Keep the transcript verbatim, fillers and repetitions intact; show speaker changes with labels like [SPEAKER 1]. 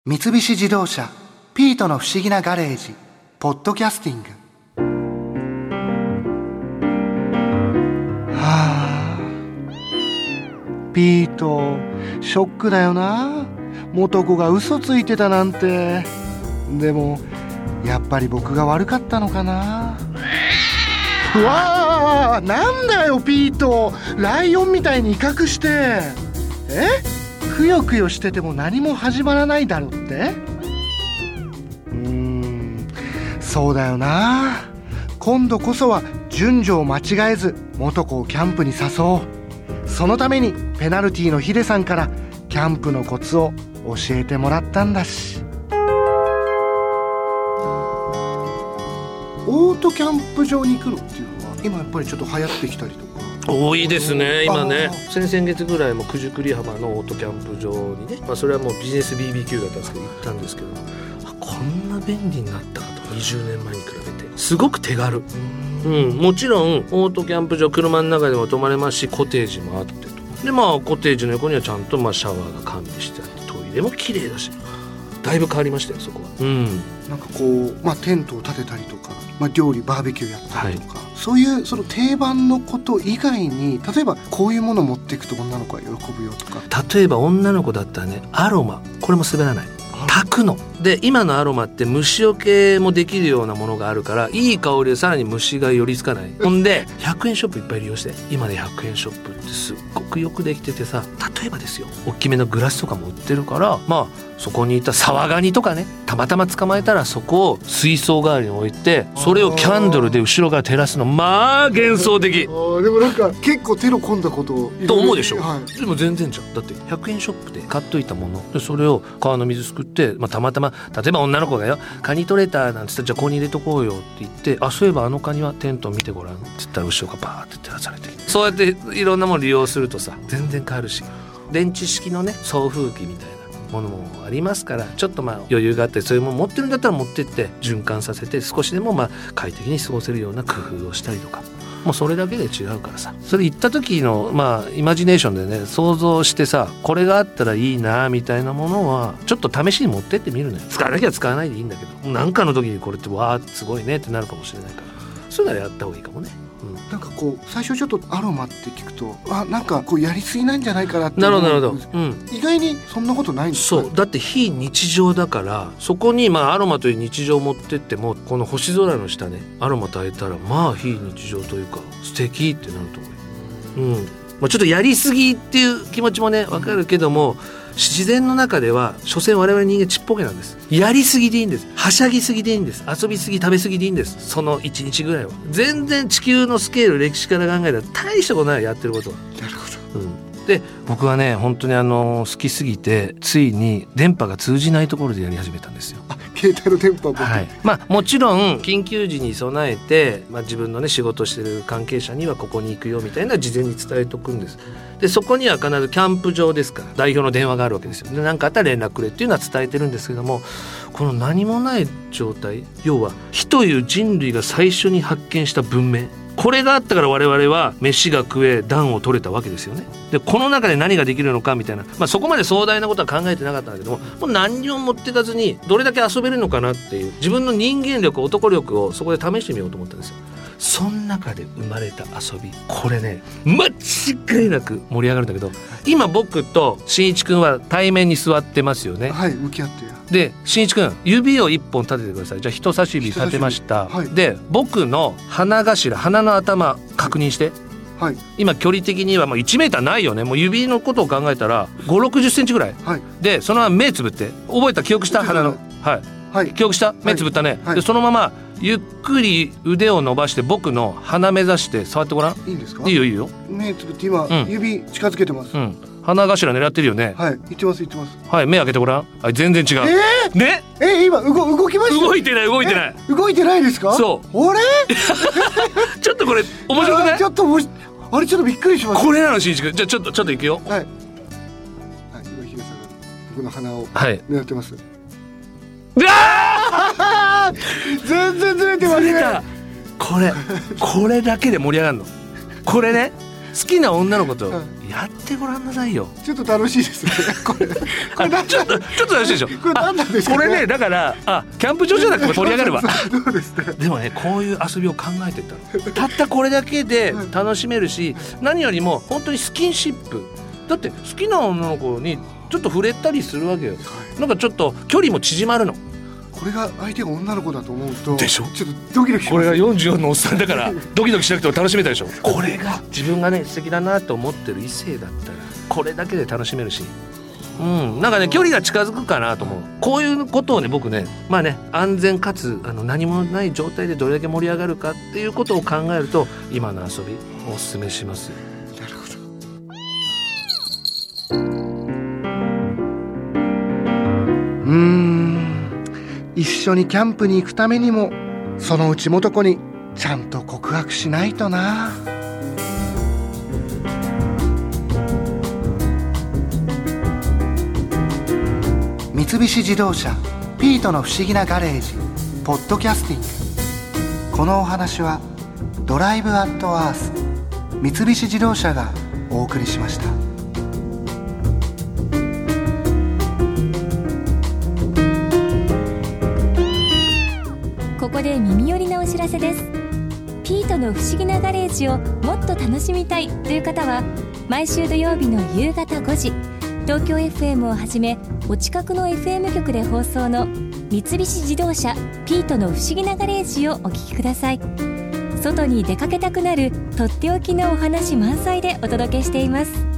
[SPEAKER 1] 三菱自動車ピートの不思議なガレージポッドキャスティング。はあ、ピートショックだよな。元子が嘘ついてたなんて。でもやっぱり僕が悪かったのかな。うわあ、なんだよピート、ライオンみたいに威嚇して。えくよくよしてても何も始まらないだろうって。うーん、そうだよな。今度こそは順序を間違えず元子をキャンプに誘おう。そのためにペナルティのヒデさんからキャンプのコツを教えてもらったんだし。オートキャンプ場に行くのっていうのは今やっぱりちょっと流行ってきたりとか
[SPEAKER 2] 多いですね今ね。先々月ぐらいも九十九里浜のオートキャンプ場にね、まあ、それはもうビジネス ビービーキュー だったんですけど行ったんですけど、あこんな便利になったかと。にじゅうねんまえに比べてすごく手軽。うん、もちろんオートキャンプ場車の中でも泊まれますし、コテージもあってと。でまあコテージの横にはちゃんとまあシャワーが完備してあって、トイレも綺麗だし、だいぶ変わりましたよそこは。うん、
[SPEAKER 1] なんかこう、まあ、テントを立てたりとか、まあ、料理バーベキューやったりとか、はい、そういうその定番のこと以外に、例えばこういうものを持っていくと女の子は喜ぶよとか。
[SPEAKER 2] 例えば女の子だったらね、アロマ、これも滑らない、炊くので、今のアロマって虫除けもできるようなものがあるから、いい香りでさらに虫が寄りつかない。ほんでひゃくえんショップいっぱい利用して、今ねひゃくえんショップってすっごくよくできててさ、例えばですよ、大きめのグラスとかも売ってるから、まあそこにいたサワガニとかね、たまたま捕まえたらそこを水槽代わりに置いて、それをキャンドルで後ろから照らすの、まあ幻想的。
[SPEAKER 1] あでもなんか結構手の込んだこと
[SPEAKER 2] と思うでしょ、
[SPEAKER 1] はい、
[SPEAKER 2] でも全然じゃん。だってひゃくえんショップで買っといたもので、それを川の水すくって、まあ、たまたま例えば女の子がよ、カニ取れたなんて言ったら、じゃあここに入れとこうよって言って、あそういえばあのカニはテント見てごらんって言ったら、後ろがバーって照らされて、そうやっていろんなもの利用するとさ、全然変わるし、電池式のね送風機みたいなものもありますから、ちょっとまあ余裕があって、そういうもの持ってるんだったら持ってって循環させて、少しでもまあ快適に過ごせるような工夫をしたりとか、もうそれだけで違うからさ、それ行った時のまあイマジネーションでね、想像してさ、これがあったらいいなみたいなものはちょっと試しに持ってってみるのよ。使わなきゃ使わないでいいんだけど、なんかの時にこれってわーすごいねってなるかもしれないから、そういうのはやった方がいいかもね。うん、
[SPEAKER 1] なんかこう最初ちょっとアロマって聞くと、あなんかこうやりすぎなんじゃないかなって。
[SPEAKER 2] なるほどなるほど、うん、
[SPEAKER 1] 意外にそんなことないんですか。
[SPEAKER 2] そうだって非日常だから、そこにまあアロマという日常を持ってっても、この星空の下ねアロマ焚いたら、まあ非日常というか素敵ってなると思う。うん、まあ、ちょっとやりすぎっていう気持ちもねわかるけども、自然の中では所詮我々人間ちっぽけなんです。やりすぎでいいんです。はしゃぎすぎでいいんです。遊びすぎ食べすぎでいいんです。そのいちにちぐらいは全然地球のスケール、歴史から考えたら大したことない、やってることは。
[SPEAKER 1] なるほど、
[SPEAKER 2] うん、で僕はね本当にあの好きすぎて、ついに電波が通じないところでやり始めたんですよ。
[SPEAKER 1] あ携帯の電波を持って、
[SPEAKER 2] はい、まあもちろん緊急時に備えて、まあ、自分のね仕事してる関係者にはここに行くよみたいな事前に伝えておくんです。でそこには必ずキャンプ場ですから代表の電話があるわけですよ。で何かあったら連絡くれっていうのは伝えてるんですけども、この何もない状態、要は火という人類が最初に発見した文明、これがあったから我々は飯が食え、暖を取れたわけですよね。でこの中で何ができるのかみたいな、まあ、そこまで壮大なことは考えてなかったんだけども、もう何にも持ってかずにどれだけ遊べるのかなっていう、自分の人間力、男力をそこで試してみようと思ったんですよ。その中で生まれた遊び、これね間違いなく盛り上がるんだけど、今僕としんいちくんは対面に座ってますよね。
[SPEAKER 1] はい、向き合ってや。
[SPEAKER 2] でしんいちくん指をいっぽん立ててください。じゃあ人差し指立てました、はい、で僕の鼻頭、鼻の頭確認して、はい、今距離的にはもういちメーターないよね。もう指のことを考えたらごじゅうろくじゅっセンチぐらい、はい、でそのまま目つぶって、覚えた、記憶した、鼻の、はい、はい、記憶した、目つぶったね、はい、でそのままゆっくり腕を伸ばして僕の鼻目指して触ってごらん。い
[SPEAKER 1] いんですか。
[SPEAKER 2] いいよいいよ。
[SPEAKER 1] 目つぶって今、うん、指近づけてます、うん、
[SPEAKER 2] 鼻頭狙ってるよね。
[SPEAKER 1] はい、言ってます言ってます。はい、
[SPEAKER 2] 目開けてごらん。はい、全然違う。
[SPEAKER 1] えー、
[SPEAKER 2] ね
[SPEAKER 1] えー、今動動きました。
[SPEAKER 2] 動いてない動いてない。
[SPEAKER 1] 動いてないですか。
[SPEAKER 2] そう。
[SPEAKER 1] あれ
[SPEAKER 2] ちょっとこれ面白くない。
[SPEAKER 1] ちょっともしあれちょっとびっくりします。
[SPEAKER 2] これなのしんいちくん。じゃあちょっとちょっといくよ。
[SPEAKER 1] はい、はい、今ヒデさんが僕の鼻を狙ってます、
[SPEAKER 2] はい、
[SPEAKER 1] 全然ずれてますね。
[SPEAKER 2] これこれだけで盛り上がるの。これね好きな女の子とやってごらんなさいよ。
[SPEAKER 1] ちょっと楽しいですねこれこれなん
[SPEAKER 2] ちょっとちょっと楽しいでしょ。
[SPEAKER 1] これ何なんですかね。
[SPEAKER 2] これねだからあキャンプ場じゃなくて盛り上がるわ
[SPEAKER 1] そうですね。
[SPEAKER 2] でもねこういう遊びを考えてたの。たったこれだけで楽しめるし、何よりも本当にスキンシップだって、好きな女の子にちょっと触れたりするわけよ。なんかちょっと距離も縮まるの。
[SPEAKER 1] これが相手が女の子だと思うと
[SPEAKER 2] でしょ。
[SPEAKER 1] ちょっとドキドキします。
[SPEAKER 2] これがよんじゅうよんのおっさんだからドキドキしなくても楽しめたでしょ。これが自分がね素敵だなと思ってる異性だったらこれだけで楽しめるし、うん、なんかね距離が近づくかなと思う。こういうことをね僕ねまあね安全かつあの何もない状態でどれだけ盛り上がるかっていうことを考えると今の遊びおすすめします。
[SPEAKER 1] なるほど。うーん、一緒にキャンプに行くためにもそのうち元子にちゃんと告白しないとな。三菱自動車ピートの不思議なガレージポッドキャスティング。このお話はドライブアットアース三菱自動車がお送りしました。
[SPEAKER 3] ここで耳寄りなお知らせです。ピートの不思議なガレージをもっと楽しみたいという方は毎週土曜日の夕方ごじ東京 エフエム をはじめお近くの エフエム 局で放送の三菱自動車ピートの不思議なガレージをお聞きください。外に出かけたくなるとっておきのお話満載でお届けしています。